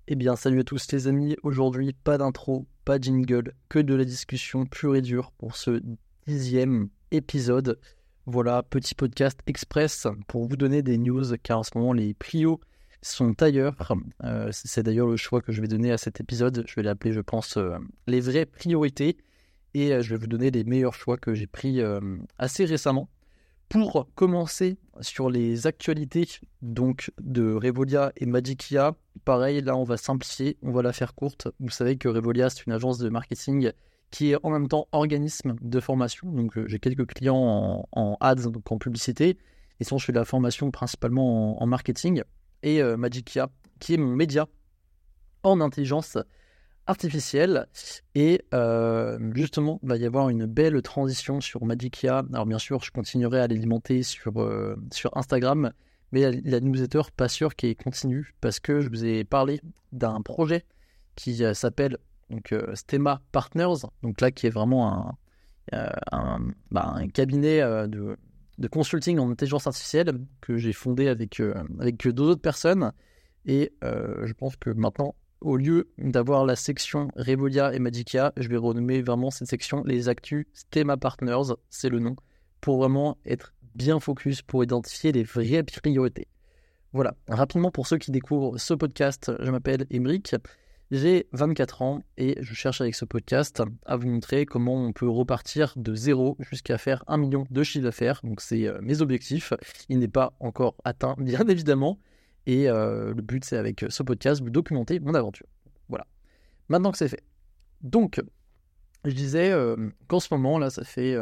Eh bien, salut à tous les amis. Aujourd'hui, pas d'intro, pas de jingle, que de la discussion pure et dure pour ce 10e épisode. Voilà, petit podcast express pour vous donner des news, car en ce moment, les prios sont ailleurs. C'est d'ailleurs le choix que je vais donner à cet épisode. Je vais l'appeler, je pense, les vraies priorités. Et je vais vous donner les meilleurs choix que j'ai pris assez récemment. Pour commencer sur les actualités donc de Revolia et Magikia, pareil, là on va simplifier, on va la faire courte. Vous savez que Revolia, c'est une agence de marketing qui est en même temps organisme de formation. Donc j'ai quelques clients en ads, donc en publicité, et sinon je fais de la formation principalement en marketing. Et Magikia, qui est mon média en intelligence artificielle. Et justement, il va y avoir une belle transition sur Magikia. Alors bien sûr, je continuerai à l'alimenter sur Instagram, mais la newsletter, pas sûr qu'elle continue, parce que je vous ai parlé d'un projet qui s'appelle donc Stemma Partners, donc là qui est vraiment un cabinet de consulting en intelligence artificielle que j'ai fondé avec deux autres personnes. Et je pense que maintenant, au lieu d'avoir la section Revolia et Magikia, je vais renommer vraiment cette section les actus Stemma Partners, c'est le nom, pour vraiment être bien focus, pour identifier les vraies priorités. Voilà, rapidement pour ceux qui découvrent ce podcast, je m'appelle Émeric, j'ai 24 ans et je cherche avec ce podcast à vous montrer comment on peut repartir de zéro jusqu'à faire 1 million de chiffre d'affaires. Donc c'est mes objectifs, il n'est pas encore atteint bien évidemment. Et le but, c'est avec ce podcast, vous documenter mon aventure. Voilà. Maintenant que c'est fait. Donc, je disais qu'en ce moment, là, ça fait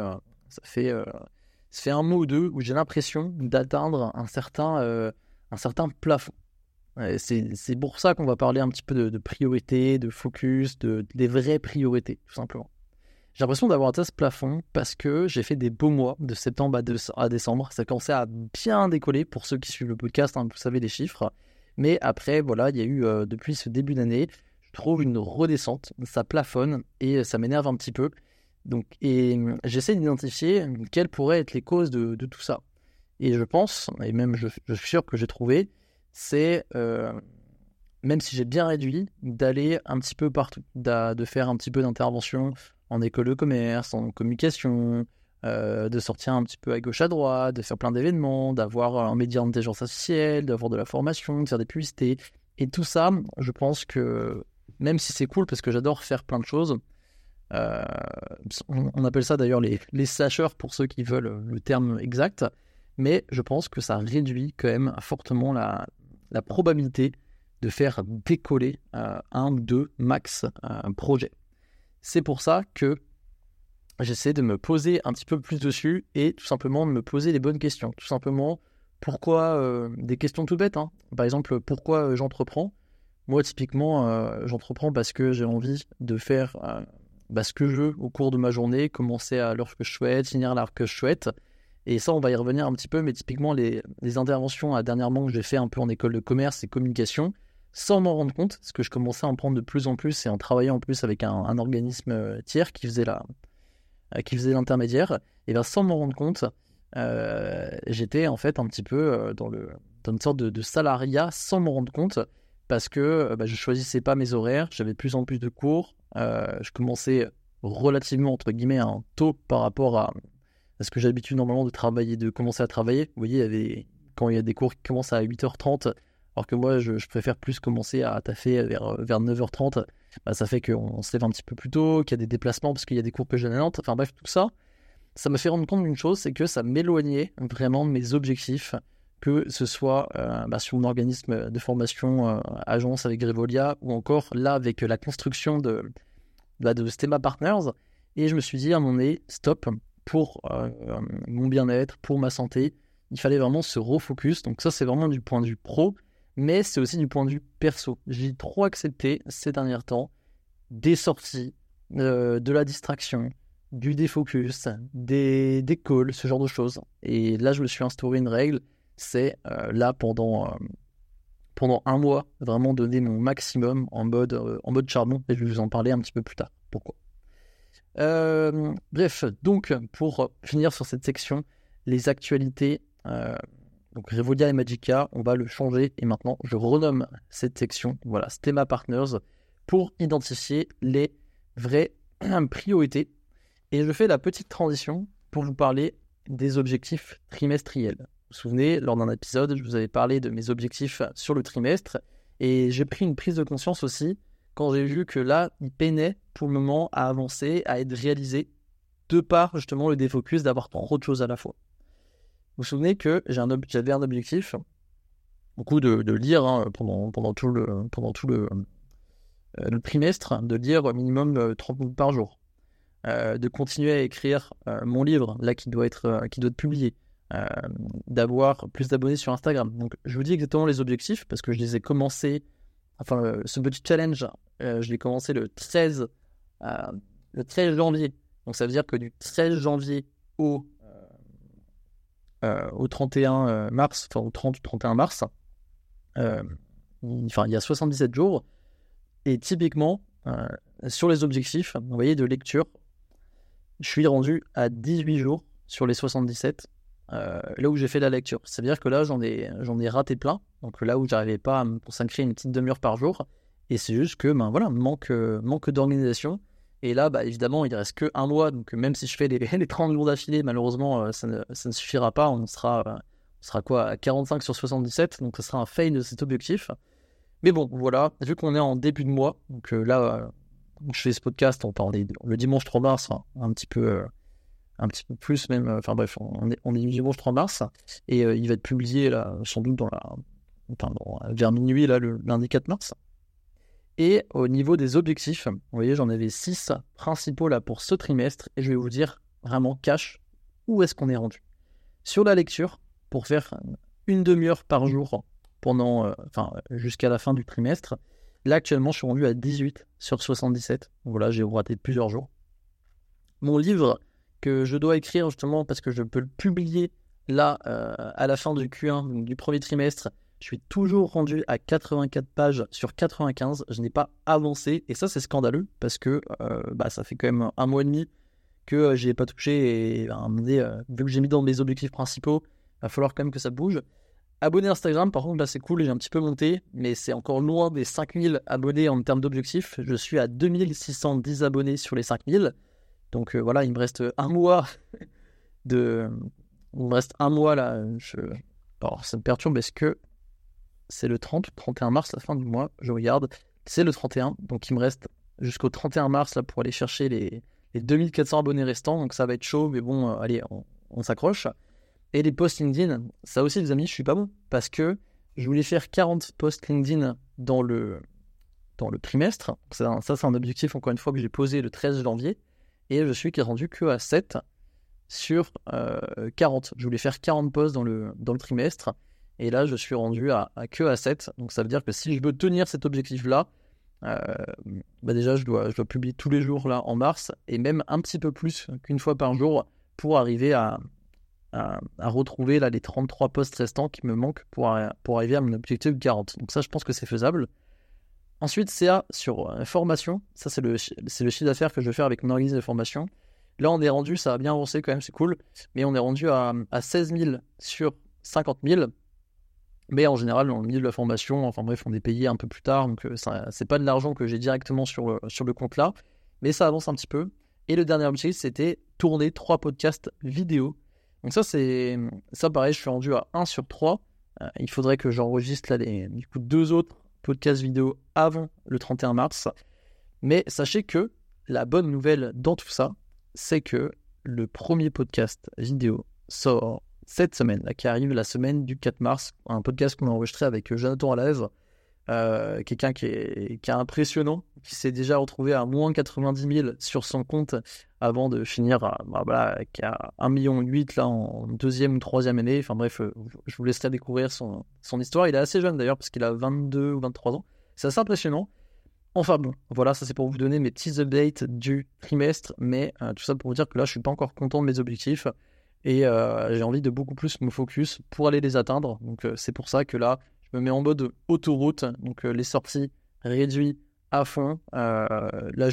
un mois ou deux où j'ai l'impression d'atteindre un certain plafond. C'est pour ça qu'on va parler un petit peu de priorité, de focus, des vraies priorités, tout simplement. J'ai l'impression d'avoir atteint ce plafond parce que j'ai fait des beaux mois de septembre à décembre. Ça commençait à bien décoller pour ceux qui suivent le podcast, hein, vous savez les chiffres. Mais après, voilà, il y a eu depuis ce début d'année, je trouve une redescente. Ça plafonne et ça m'énerve un petit peu. Donc, j'essaie d'identifier quelles pourraient être les causes de tout ça. Et je pense, et même je suis sûr que j'ai trouvé, c'est, même si j'ai bien réduit, d'aller un petit peu partout, de faire un petit peu d'intervention en école de commerce, en communication, de sortir un petit peu à gauche à droite, de faire plein d'événements, d'avoir un média d'intelligence artificielle, d'avoir de la formation, de faire des publicités. Et tout ça, je pense que, même si c'est cool parce que j'adore faire plein de choses, on appelle ça d'ailleurs les slashers pour ceux qui veulent le terme exact, mais je pense que ça réduit quand même fortement la probabilité de faire décoller un ou deux max projets. C'est pour ça que j'essaie de me poser un petit peu plus dessus et tout simplement de me poser les bonnes questions. Tout simplement, pourquoi des questions tout bêtes, hein. Par exemple, pourquoi j'entreprends. Moi, typiquement, j'entreprends parce que j'ai envie de faire ce que je veux au cours de ma journée, commencer à l'heure que je souhaite, finir à l'heure que je souhaite. Et ça, on va y revenir un petit peu, mais typiquement, les interventions dernièrement que j'ai fait un peu en école de commerce et communication, sans m'en rendre compte, parce que je commençais à en prendre de plus en plus et en travaillant en plus avec un organisme tiers qui faisait l'intermédiaire, et bien sans m'en rendre compte, j'étais en fait un petit peu dans une sorte de salariat sans m'en rendre compte, parce que je choisissais pas mes horaires, j'avais de plus en plus de cours, je commençais relativement entre guillemets tôt par rapport à ce que j'ai l'habitude normalement de commencer à travailler. Vous voyez, quand il y a des cours qui commencent à 8h30, alors que moi, je préfère plus commencer à taffer vers 9h30. Ça fait qu'on se lève un petit peu plus tôt, qu'il y a des déplacements parce qu'il y a des cours que j'ai à Nantes. Enfin bref, tout ça, ça me fait rendre compte d'une chose, c'est que ça m'éloignait vraiment de mes objectifs, que ce soit sur mon organisme de formation, agence avec Revolia, ou encore là avec la construction de Stemma Partners. Et je me suis dit à un moment donné, stop, pour mon bien-être, pour ma santé, il fallait vraiment se refocus. Donc ça, c'est vraiment du point de vue pro, mais c'est aussi du point de vue perso. J'ai trop accepté ces derniers temps des sorties, de la distraction, du défocus, des calls, ce genre de choses. Et là, je me suis instauré une règle, c'est là pendant 1 mois, vraiment donner mon maximum en mode charbon, et je vais vous en parler un petit peu plus tard. Pourquoi ? Bref, donc pour finir sur cette section, les actualités Donc Revolia et Magica, on va le changer et maintenant je renomme cette section, voilà, Stema Partners, pour identifier les vraies priorités. Et je fais la petite transition pour vous parler des objectifs trimestriels. Vous vous souvenez, lors d'un épisode, je vous avais parlé de mes objectifs sur le trimestre et j'ai pris une prise de conscience aussi quand j'ai vu que là, ils peinaient pour le moment à avancer, à être réalisés de par justement le défocus d'avoir trop de choses à la fois. Vous vous souvenez que j'avais un objectif, beaucoup de lire pendant tout le trimestre, de lire minimum 30 minutes par jour, de continuer à écrire mon livre, là qui doit être publié, d'avoir plus d'abonnés sur Instagram. Donc je vous dis exactement les objectifs parce que je les ai commencés, ce petit challenge, je l'ai commencé le 13 janvier. Donc ça veut dire que du 13 janvier au 31 mars, enfin au 30 ou 31 mars, il y a 77 jours. Et typiquement, sur les objectifs, vous voyez, de lecture, je suis rendu à 18 jours sur les 77, là où j'ai fait la lecture. C'est-à-dire que là, j'en ai raté plein. Donc là où j'arrivais pas à me consacrer une petite demi-heure par jour. Et c'est juste que, manque d'organisation. Et là, évidemment, il ne reste que un mois. Donc même si je fais les 30 jours d'affilée, malheureusement, ça ne suffira pas. On sera quoi, à 45 sur 77. Donc ça sera un fail de cet objectif. Mais bon, voilà, vu qu'on est en début de mois, donc là, je fais ce podcast, on parle le dimanche 3 mars, un petit peu plus même, on est dimanche 3 mars, et il va être publié là, sans doute vers minuit, là, le lundi 4 mars. Et au niveau des objectifs, vous voyez, j'en avais 6 principaux là pour ce trimestre, et je vais vous dire vraiment cash où est-ce qu'on est rendu. Sur la lecture, pour faire une demi-heure par jour, jusqu'à la fin du trimestre. Là, actuellement, je suis rendu à 18 sur 77. Voilà, j'ai raté plusieurs jours. Mon livre que je dois écrire, justement, parce que je peux le publier là, à la fin du Q1, donc du premier trimestre, je suis toujours rendu à 84 pages sur 95. Je n'ai pas avancé. Et ça, c'est scandaleux, parce que ça fait quand même un mois et demi que je n'y ai pas touché. Et à un moment donné, vu que j'ai mis dans mes objectifs principaux, il va falloir quand même que ça bouge. Abonnés Instagram, par contre, là c'est cool, j'ai un petit peu monté, mais c'est encore loin des 5000 abonnés en termes d'objectifs. Je suis à 2610 abonnés sur les 5000. Donc voilà, il me reste un mois Il me reste un mois là. Alors ça me perturbe, est-ce que c'est le 30 ou 31 mars, la fin du mois? Je regarde, c'est le 31, donc il me reste jusqu'au 31 mars là pour aller chercher les 2400 abonnés restants. Donc ça va être chaud, mais bon, allez, on s'accroche. Et les posts LinkedIn, ça aussi les amis, je suis pas bon, parce que je voulais faire 40 posts LinkedIn dans le trimestre. Ça, c'est un objectif, encore une fois, que j'ai posé le 13 janvier, et je suis rendu que à 7 sur 40. Je voulais faire 40 posts dans le trimestre, et là, je suis rendu que à 7. Donc ça veut dire que si je veux tenir cet objectif-là, déjà, je dois publier tous les jours là en mars, et même un petit peu plus qu'une fois par jour, pour arriver à retrouver là les 33 posts restants qui me manquent pour arriver à mon objectif de 40. Donc ça, je pense que c'est faisable. Ensuite, CA sur formation. Ça, c'est le chiffre d'affaires que je vais faire avec mon organisme de formation. Là, on est rendu, ça a bien avancé quand même, c'est cool. Mais on est rendu à 16 000 sur 50 000. Mais en général, dans le milieu de la formation, on est payé un peu plus tard. Donc c'est pas de l'argent que j'ai directement sur le compte là. Mais ça avance un petit peu. Et le dernier objectif, c'était tourner 3 podcasts vidéo. Donc ça pareil, je suis rendu à 1 sur 3. Il faudrait que j'enregistre là 2 autres podcasts vidéo avant le 31 mars. Mais sachez que la bonne nouvelle dans tout ça, c'est que le premier podcast vidéo sort cette semaine, là, qui arrive la semaine du 4 mars. Un podcast qu'on a enregistré avec Jonathan Alève, quelqu'un qui est impressionnant, qui s'est déjà retrouvé à moins 90 000 sur son compte avant de finir qui a 1,8 million là en deuxième ou troisième année. Enfin bref, je vous laisserai découvrir son histoire. Il est assez jeune d'ailleurs parce qu'il a 22 ou 23 ans. C'est assez impressionnant. Enfin bon, voilà, ça c'est pour vous donner mes petits updates du trimestre, mais tout ça pour vous dire que là je suis pas encore content de mes objectifs et j'ai envie de beaucoup plus me focus pour aller les atteindre. Donc c'est pour ça que là je me mets en mode autoroute, donc les sorties réduites à fond. Là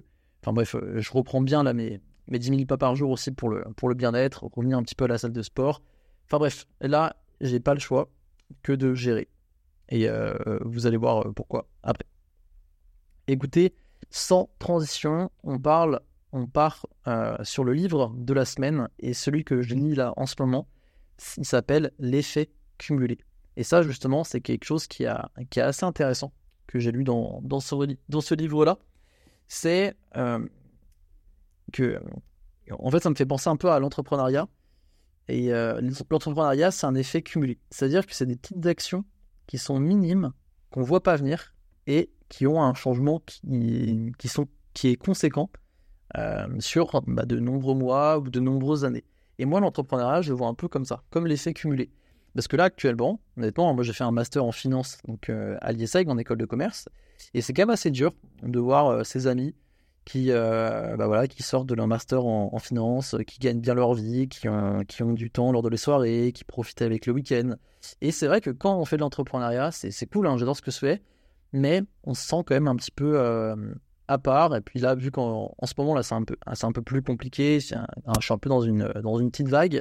je reprends bien là mes 10 000 pas par jour aussi pour le bien-être, revenir un petit peu à la salle de sport. Enfin bref, là j'ai pas le choix que de gérer. Et vous allez voir pourquoi après. Écoutez, sans transition, on part sur le livre de la semaine, et celui que je lis là en ce moment, il s'appelle L'effet cumulé. Et ça, justement, c'est quelque chose qui est assez intéressant, que j'ai lu dans ce livre-là. C'est que, en fait, ça me fait penser un peu à l'entrepreneuriat. Et l'entrepreneuriat, c'est un effet cumulé. C'est-à-dire que c'est des petites actions qui sont minimes, qu'on ne voit pas venir, et qui ont un changement qui est conséquent sur de nombreux mois ou de nombreuses années. Et moi, l'entrepreneuriat, je le vois un peu comme ça, comme l'effet cumulé. Parce que là, actuellement, honnêtement, moi, j'ai fait un master en finance donc, à l'IESEG, en école de commerce, et c'est quand même assez dur de voir ses amis qui sortent de leur master en finance, qui gagnent bien leur vie, qui ont du temps lors de les soirées, qui profitent avec le week-end. Et c'est vrai que quand on fait de l'entrepreneuriat, c'est cool, hein, j'adore ce que je fais, mais on se sent quand même un petit peu à part. Et puis là, vu qu'en ce moment, là, c'est un peu plus compliqué, je suis un peu dans une petite vague,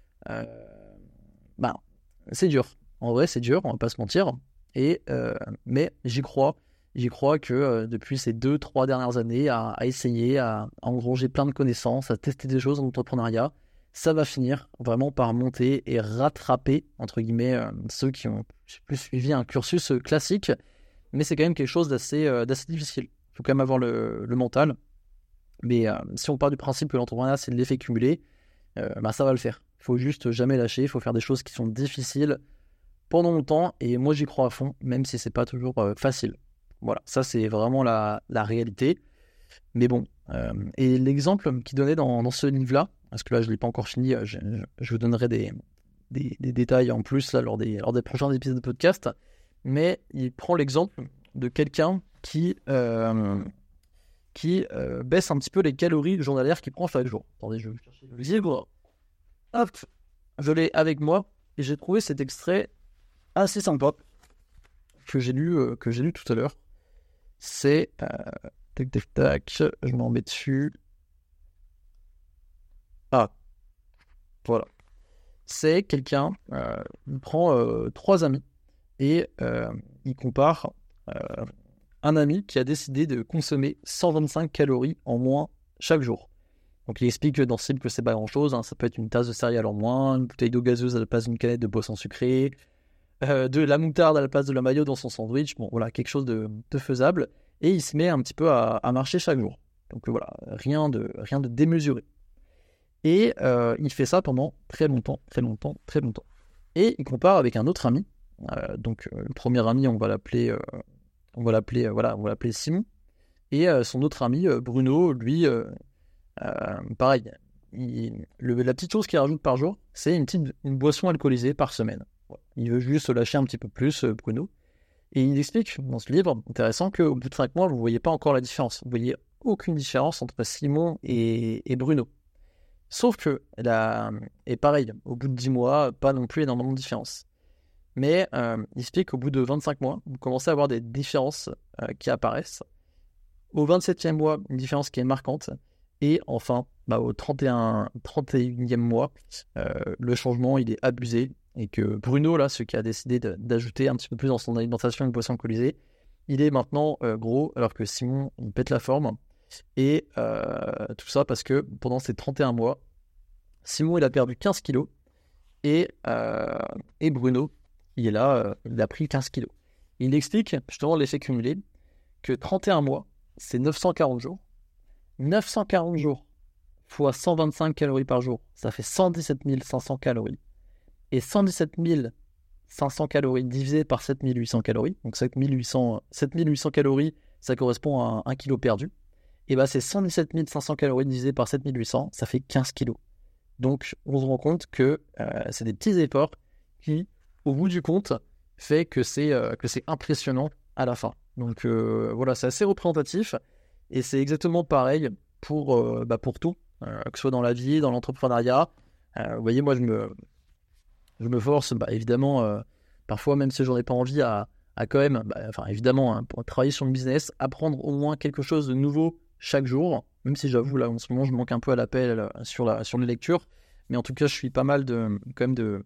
c'est dur. En vrai, c'est dur, on va pas se mentir. Mais j'y crois que depuis ces 2-3 dernières années, à essayer, à engranger plein de connaissances, à tester des choses en entrepreneuriat, ça va finir vraiment par monter et rattraper, entre guillemets, ceux qui ont plus suivi un cursus classique. Mais c'est quand même quelque chose d'assez difficile. Il faut quand même avoir le mental. Mais si on part du principe que l'entrepreneuriat, c'est de l'effet cumulé, ça va le faire. Il faut juste jamais lâcher, il faut faire des choses qui sont difficiles pendant longtemps, et moi j'y crois à fond, même si c'est pas toujours facile. Voilà, ça c'est vraiment la réalité. Mais bon, et l'exemple qu'il donnait dans ce livre-là, parce que là je l'ai pas encore fini, je vous donnerai des détails en plus là, lors des prochains épisodes de podcast, mais il prend l'exemple de quelqu'un qui baisse un petit peu les calories journalières qu'il prend chaque jour. Attendez, je vais chercher le livre. Hop, je l'ai avec moi, et j'ai trouvé cet extrait assez sympa que j'ai lu tout à l'heure. C'est tac, je m'en mets dessus. Ah, voilà. C'est quelqu'un, il prend 3 amis, et il compare un ami qui a décidé de consommer 125 calories en moins chaque jour. Donc il explique dans ce livre que c'est pas grand chose, hein. Ça peut être une tasse de céréales en moins, une bouteille d'eau gazeuse à la place d'une canette de boisson sucrée, de la moutarde à la place de la mayo dans son sandwich. Bon, voilà, quelque chose de faisable. Et il se met un petit peu à marcher chaque jour. Donc voilà, rien de démesuré. Et il fait ça pendant très longtemps. Et il compare avec un autre ami. Le premier ami, on va l'appeler Simon. Et son autre ami, Bruno, lui, pareil. La petite chose qu'il rajoute par jour, c'est une boisson alcoolisée par semaine. Il veut juste se lâcher un petit peu plus, Bruno. Et il explique dans ce livre, intéressant, qu'au bout de 5 mois, vous ne voyez pas encore la différence. Vous ne voyez aucune différence entre Simon et Bruno. Sauf que, et pareil, au bout de 10 mois, pas non plus énormément de différence. Mais il explique qu'au bout de 25 mois, vous commencez à avoir des différences qui apparaissent. Au 27e mois, une différence qui est marquante. Et enfin, au 31e mois, le changement, il est abusé. Et que Bruno, là, ce qui a décidé d'ajouter un petit peu plus dans son alimentation une boisson alcoolisée, il est maintenant gros, alors que Simon, il pète la forme. Et tout ça parce que pendant ces 31 mois, Simon, il a perdu 15 kilos. Et Bruno, il a pris 15 kilos. Il explique, justement, l'effet cumulé, que 31 mois, c'est 940 jours. 940 jours fois 125 calories par jour, ça fait 117 500 calories. Et 117 500 calories divisé par 7800 calories, donc 7800 calories, ça correspond à 1 kilo perdu. Et c'est 117 500 calories divisé par 7800, ça fait 15 kilos. Donc on se rend compte que c'est des petits efforts qui, au bout du compte, fait que c'est impressionnant à la fin. Donc voilà, c'est assez représentatif, et c'est exactement pareil pour tout, que ce soit dans la vie, dans l'entrepreneuriat. Vous voyez, moi je me force, évidemment, parfois même si j'en ai pas envie, à quand même, évidemment, pour travailler sur le business, apprendre au moins quelque chose de nouveau chaque jour, même si j'avoue, là, en ce moment, je manque un peu à l'appel sur les lectures, mais en tout cas, je suis pas mal de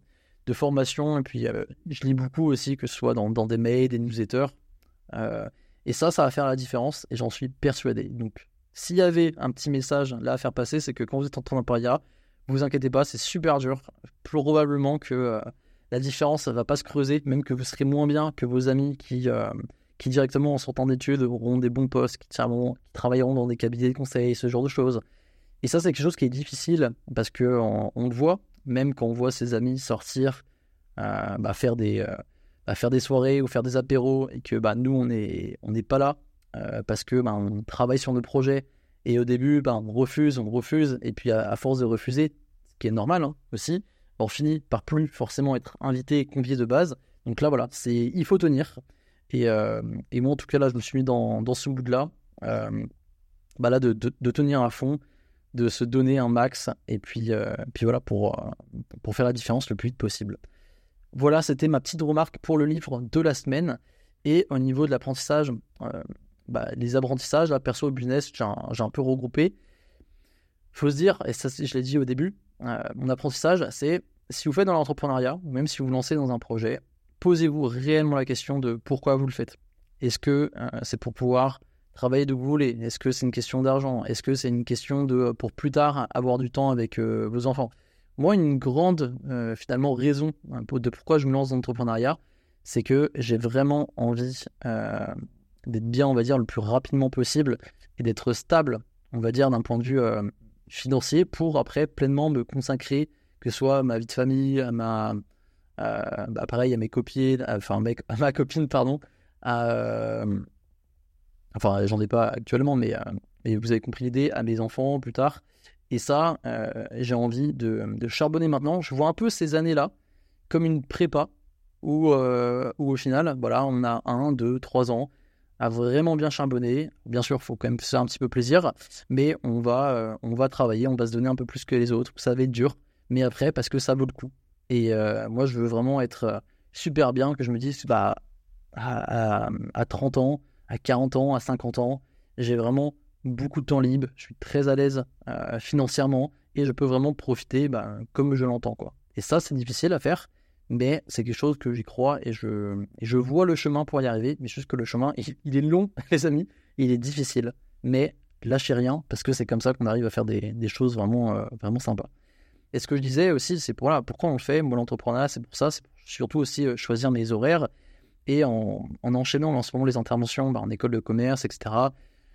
de formation. Et puis, je lis beaucoup aussi, que ce soit dans des mails, des newsletters. Et ça va faire la différence et j'en suis persuadé. Donc, s'il y avait un petit message là à faire passer, c'est que quand vous êtes entrepreneuriat, vous inquiétez pas, c'est super dur. Probablement que la différence, ne va pas se creuser, même que vous serez moins bien que vos amis qui directement en sortant d'études auront des bons postes, qui travailleront dans des cabinets de conseil, ce genre de choses. Et ça, c'est quelque chose qui est difficile parce qu'on le voit, même quand on voit ses amis sortir, faire des soirées ou faire des apéros et que nous, on n'est pas là parce que on travaille sur nos projets. Et au début, on refuse. Et puis, à force de refuser, ce qui est normal aussi, on finit par plus forcément être invité et convié de base. Donc là, voilà, il faut tenir. Et moi, en tout cas, là, je me suis mis dans ce mood-là, là, de tenir à fond, de se donner un max, et puis voilà, pour faire la différence le plus vite possible. Voilà, c'était ma petite remarque pour le livre de la semaine. Et au niveau de l'apprentissage, les apprentissages, là, perso et business, j'ai un peu regroupé. Il faut se dire, et ça je l'ai dit au début, mon apprentissage, c'est si vous faites dans l'entrepreneuriat, ou même si vous vous lancez dans un projet, posez-vous réellement la question de pourquoi vous le faites. Est-ce que c'est pour pouvoir travailler d'où vous voulez? Est-ce que c'est une question d'argent? Est-ce que c'est une question de pour plus tard avoir du temps avec vos enfants? Moi, une grande finalement raison de pourquoi je me lance dans l'entrepreneuriat, c'est que j'ai vraiment envie d'être bien, on va dire, le plus rapidement possible et d'être stable, on va dire, d'un point de vue financier pour après pleinement me consacrer, que ce soit à ma vie de famille, à pareil, à mes copines, à ma copine, pardon, j'en ai pas actuellement, mais vous avez compris l'idée, à mes enfants plus tard. Et ça, j'ai envie de charbonner maintenant. Je vois un peu ces années-là comme une prépa où au final, voilà, on a 1, 2, 3 ans à vraiment bien charbonner. Bien sûr, il faut quand même se faire un petit peu plaisir, mais on va travailler, on va se donner un peu plus que les autres. Ça va être dur, mais après, parce que ça vaut le coup. Et moi, je veux vraiment être super bien, que je me dise, à 30 ans, à 40 ans, à 50 ans, j'ai vraiment beaucoup de temps libre, je suis très à l'aise financièrement et je peux vraiment profiter comme je l'entends, quoi. Et ça, c'est difficile à faire, mais c'est quelque chose que j'y crois et je vois le chemin pour y arriver, mais juste que le chemin, il est long, les amis, il est difficile, mais lâchez rien parce que c'est comme ça qu'on arrive à faire des choses vraiment, vraiment sympas. Et ce que je disais aussi, c'est pourquoi on le fait, moi l'entrepreneuriat, c'est pour ça, c'est pour surtout aussi choisir mes horaires et en enchaînant en ce moment les interventions en école de commerce, etc.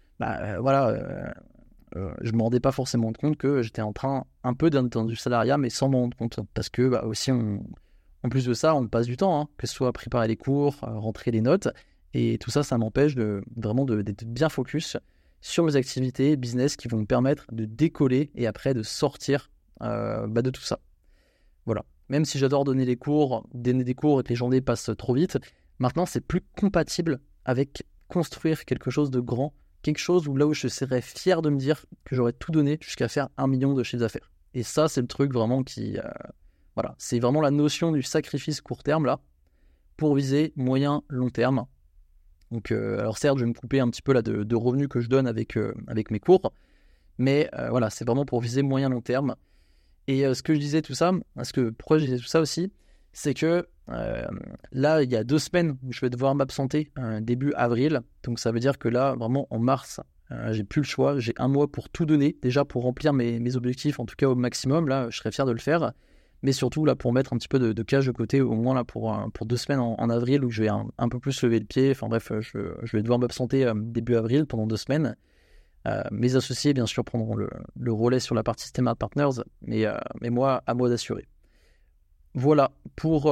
Je ne me rendais pas forcément compte que j'étais en train un peu dans du salariat, mais sans m'en rendre compte. Parce que aussi, en plus de ça, on passe du temps, que ce soit préparer les cours, rentrer les notes. Et tout ça, ça m'empêche d'être bien focus sur mes activités business qui vont me permettre de décoller et après de sortir de tout ça. Voilà. Même si j'adore donner des cours et que les journées passent trop vite, maintenant, c'est plus compatible avec construire quelque chose de grand, quelque chose où je serais fier de me dire que j'aurais tout donné jusqu'à faire 1 million de chiffre d'affaires. Et ça, c'est le truc vraiment qui... c'est vraiment la notion du sacrifice court terme, là, pour viser moyen, long terme. Donc, alors certes, je vais me couper un petit peu là de revenus que je donne avec mes cours, mais c'est vraiment pour viser moyen, long terme. Et ce que je disais tout ça, pourquoi je disais tout ça aussi, c'est que là, il y a 2 semaines où je vais devoir m'absenter début avril. Donc ça veut dire que là, vraiment en mars, j'ai plus le choix. J'ai 1 mois pour tout donner, déjà pour remplir mes objectifs, en tout cas au maximum. Là, je serais fier de le faire. Mais surtout là, pour mettre un petit peu de cash de côté, au moins là pour 2 semaines en avril où je vais un peu plus lever le pied. Enfin bref, je vais devoir m'absenter début avril pendant 2 semaines. Mes associés, bien sûr, prendront le relais sur la partie System Partners, mais moi, à moi d'assurer. Voilà pour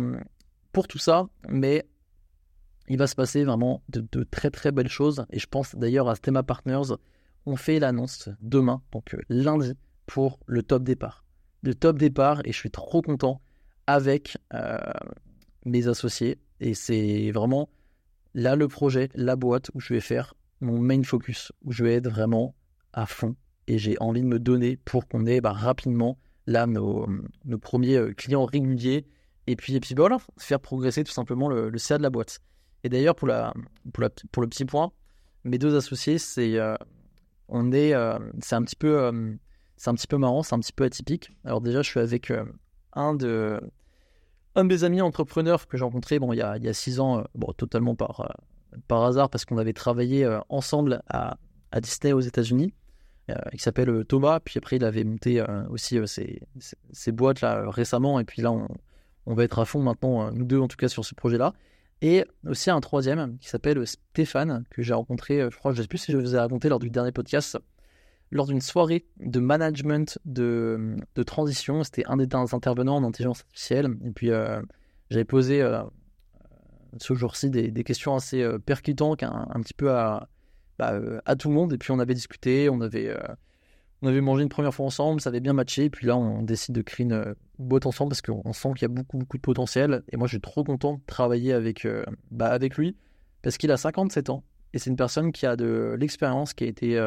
tout ça, mais il va se passer vraiment de très très belles choses, et je pense d'ailleurs à System Partners, on fait l'annonce demain, donc lundi, pour le top départ. Le top départ, et je suis trop content avec mes associés, et c'est vraiment là le projet, la boîte où je vais faire mon main focus, où je vais être vraiment à fond et j'ai envie de me donner pour qu'on ait rapidement là nos premiers clients réguliers et puis voilà, faire progresser tout simplement le CA de la boîte. Et d'ailleurs pour le petit point, mes 2 associés, c'est un petit peu marrant, c'est un petit peu atypique. Alors déjà je suis avec un de Un de mes amis entrepreneurs que j'ai rencontré il y a 6 ans, totalement par hasard, parce qu'on avait travaillé ensemble à Disney aux États-Unis, qui s'appelle Thomas. Puis après, il avait monté aussi ses boîtes là, récemment. Et puis là, on va être à fond maintenant, nous deux en tout cas, sur ce projet-là. Et aussi un troisième qui s'appelle Stéphane, que j'ai rencontré, je ne sais plus si je vous ai raconté lors du dernier podcast, lors d'une soirée de management de transition. C'était un des intervenants en intelligence artificielle. Et puis, j'avais posé ce jour-ci des questions assez percutantes, un petit peu à tout le monde. Et puis, on avait discuté, on avait mangé une première fois ensemble, ça avait bien matché. Et puis là, on décide de créer une boîte ensemble parce qu'on sent qu'il y a beaucoup, beaucoup de potentiel. Et moi, je suis trop content de travailler avec lui parce qu'il a 57 ans. Et c'est une personne qui a de l'expérience, qui a été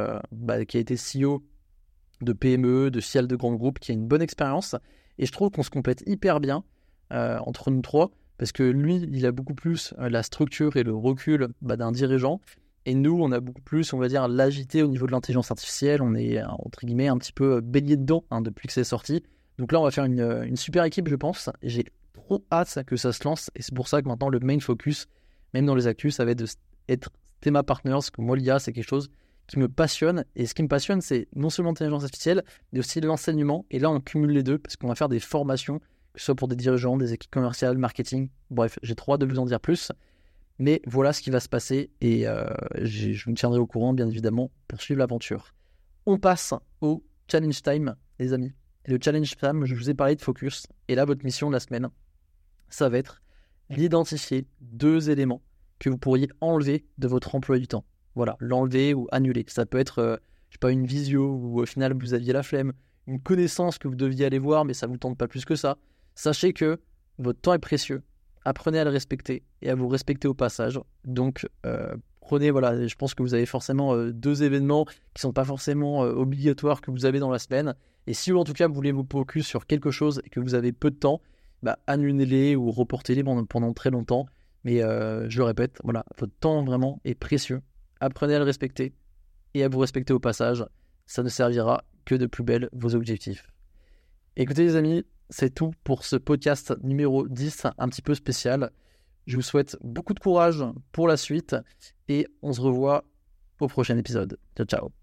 CEO de PME, de filiales de grands groupes, qui a une bonne expérience. Et je trouve qu'on se complète hyper bien entre nous trois, parce que lui, il a beaucoup plus la structure et le recul d'un dirigeant. Et nous, on a beaucoup plus, on va dire, l'agité au niveau de l'intelligence artificielle. On est, entre guillemets, un petit peu baigné dedans depuis que c'est sorti. Donc là, on va faire une super équipe, je pense. J'ai trop hâte que ça se lance. Et c'est pour ça que maintenant, le main focus, même dans les actus, ça va être Thema Partners, parce que moi, l'IA, c'est quelque chose qui me passionne. Et ce qui me passionne, c'est non seulement l'intelligence artificielle, mais aussi l'enseignement. Et là, on cumule les deux, parce qu'on va faire des formations, que ce soit pour des dirigeants, des équipes commerciales, marketing. Bref, j'ai trop hâte de vous en dire plus. Mais voilà ce qui va se passer. Et je vous tiendrai au courant, bien évidemment, pour suivre l'aventure. On passe au challenge time, les amis. Et le challenge time, je vous ai parlé de focus. Et là, votre mission de la semaine, ça va être d'identifier 2 éléments que vous pourriez enlever de votre emploi du temps. Voilà, l'enlever ou annuler. Ça peut être, une visio où au final vous aviez la flemme, une connaissance que vous deviez aller voir, mais ça ne vous tente pas plus que ça. Sachez que votre temps est précieux. Apprenez à le respecter et à vous respecter au passage. Donc, prenez, je pense que vous avez forcément 2 événements qui ne sont pas forcément obligatoires que vous avez dans la semaine. Et si en tout cas vous voulez vous focus sur quelque chose et que vous avez peu de temps, annulez-les ou reportez-les pendant très longtemps. Mais je le répète, voilà, votre temps vraiment est précieux. Apprenez à le respecter et à vous respecter au passage. Ça ne servira que de plus belle vos objectifs. Écoutez les amis, c'est tout pour ce podcast numéro 10, un petit peu spécial. Je vous souhaite beaucoup de courage pour la suite et on se revoit au prochain épisode. Ciao, ciao.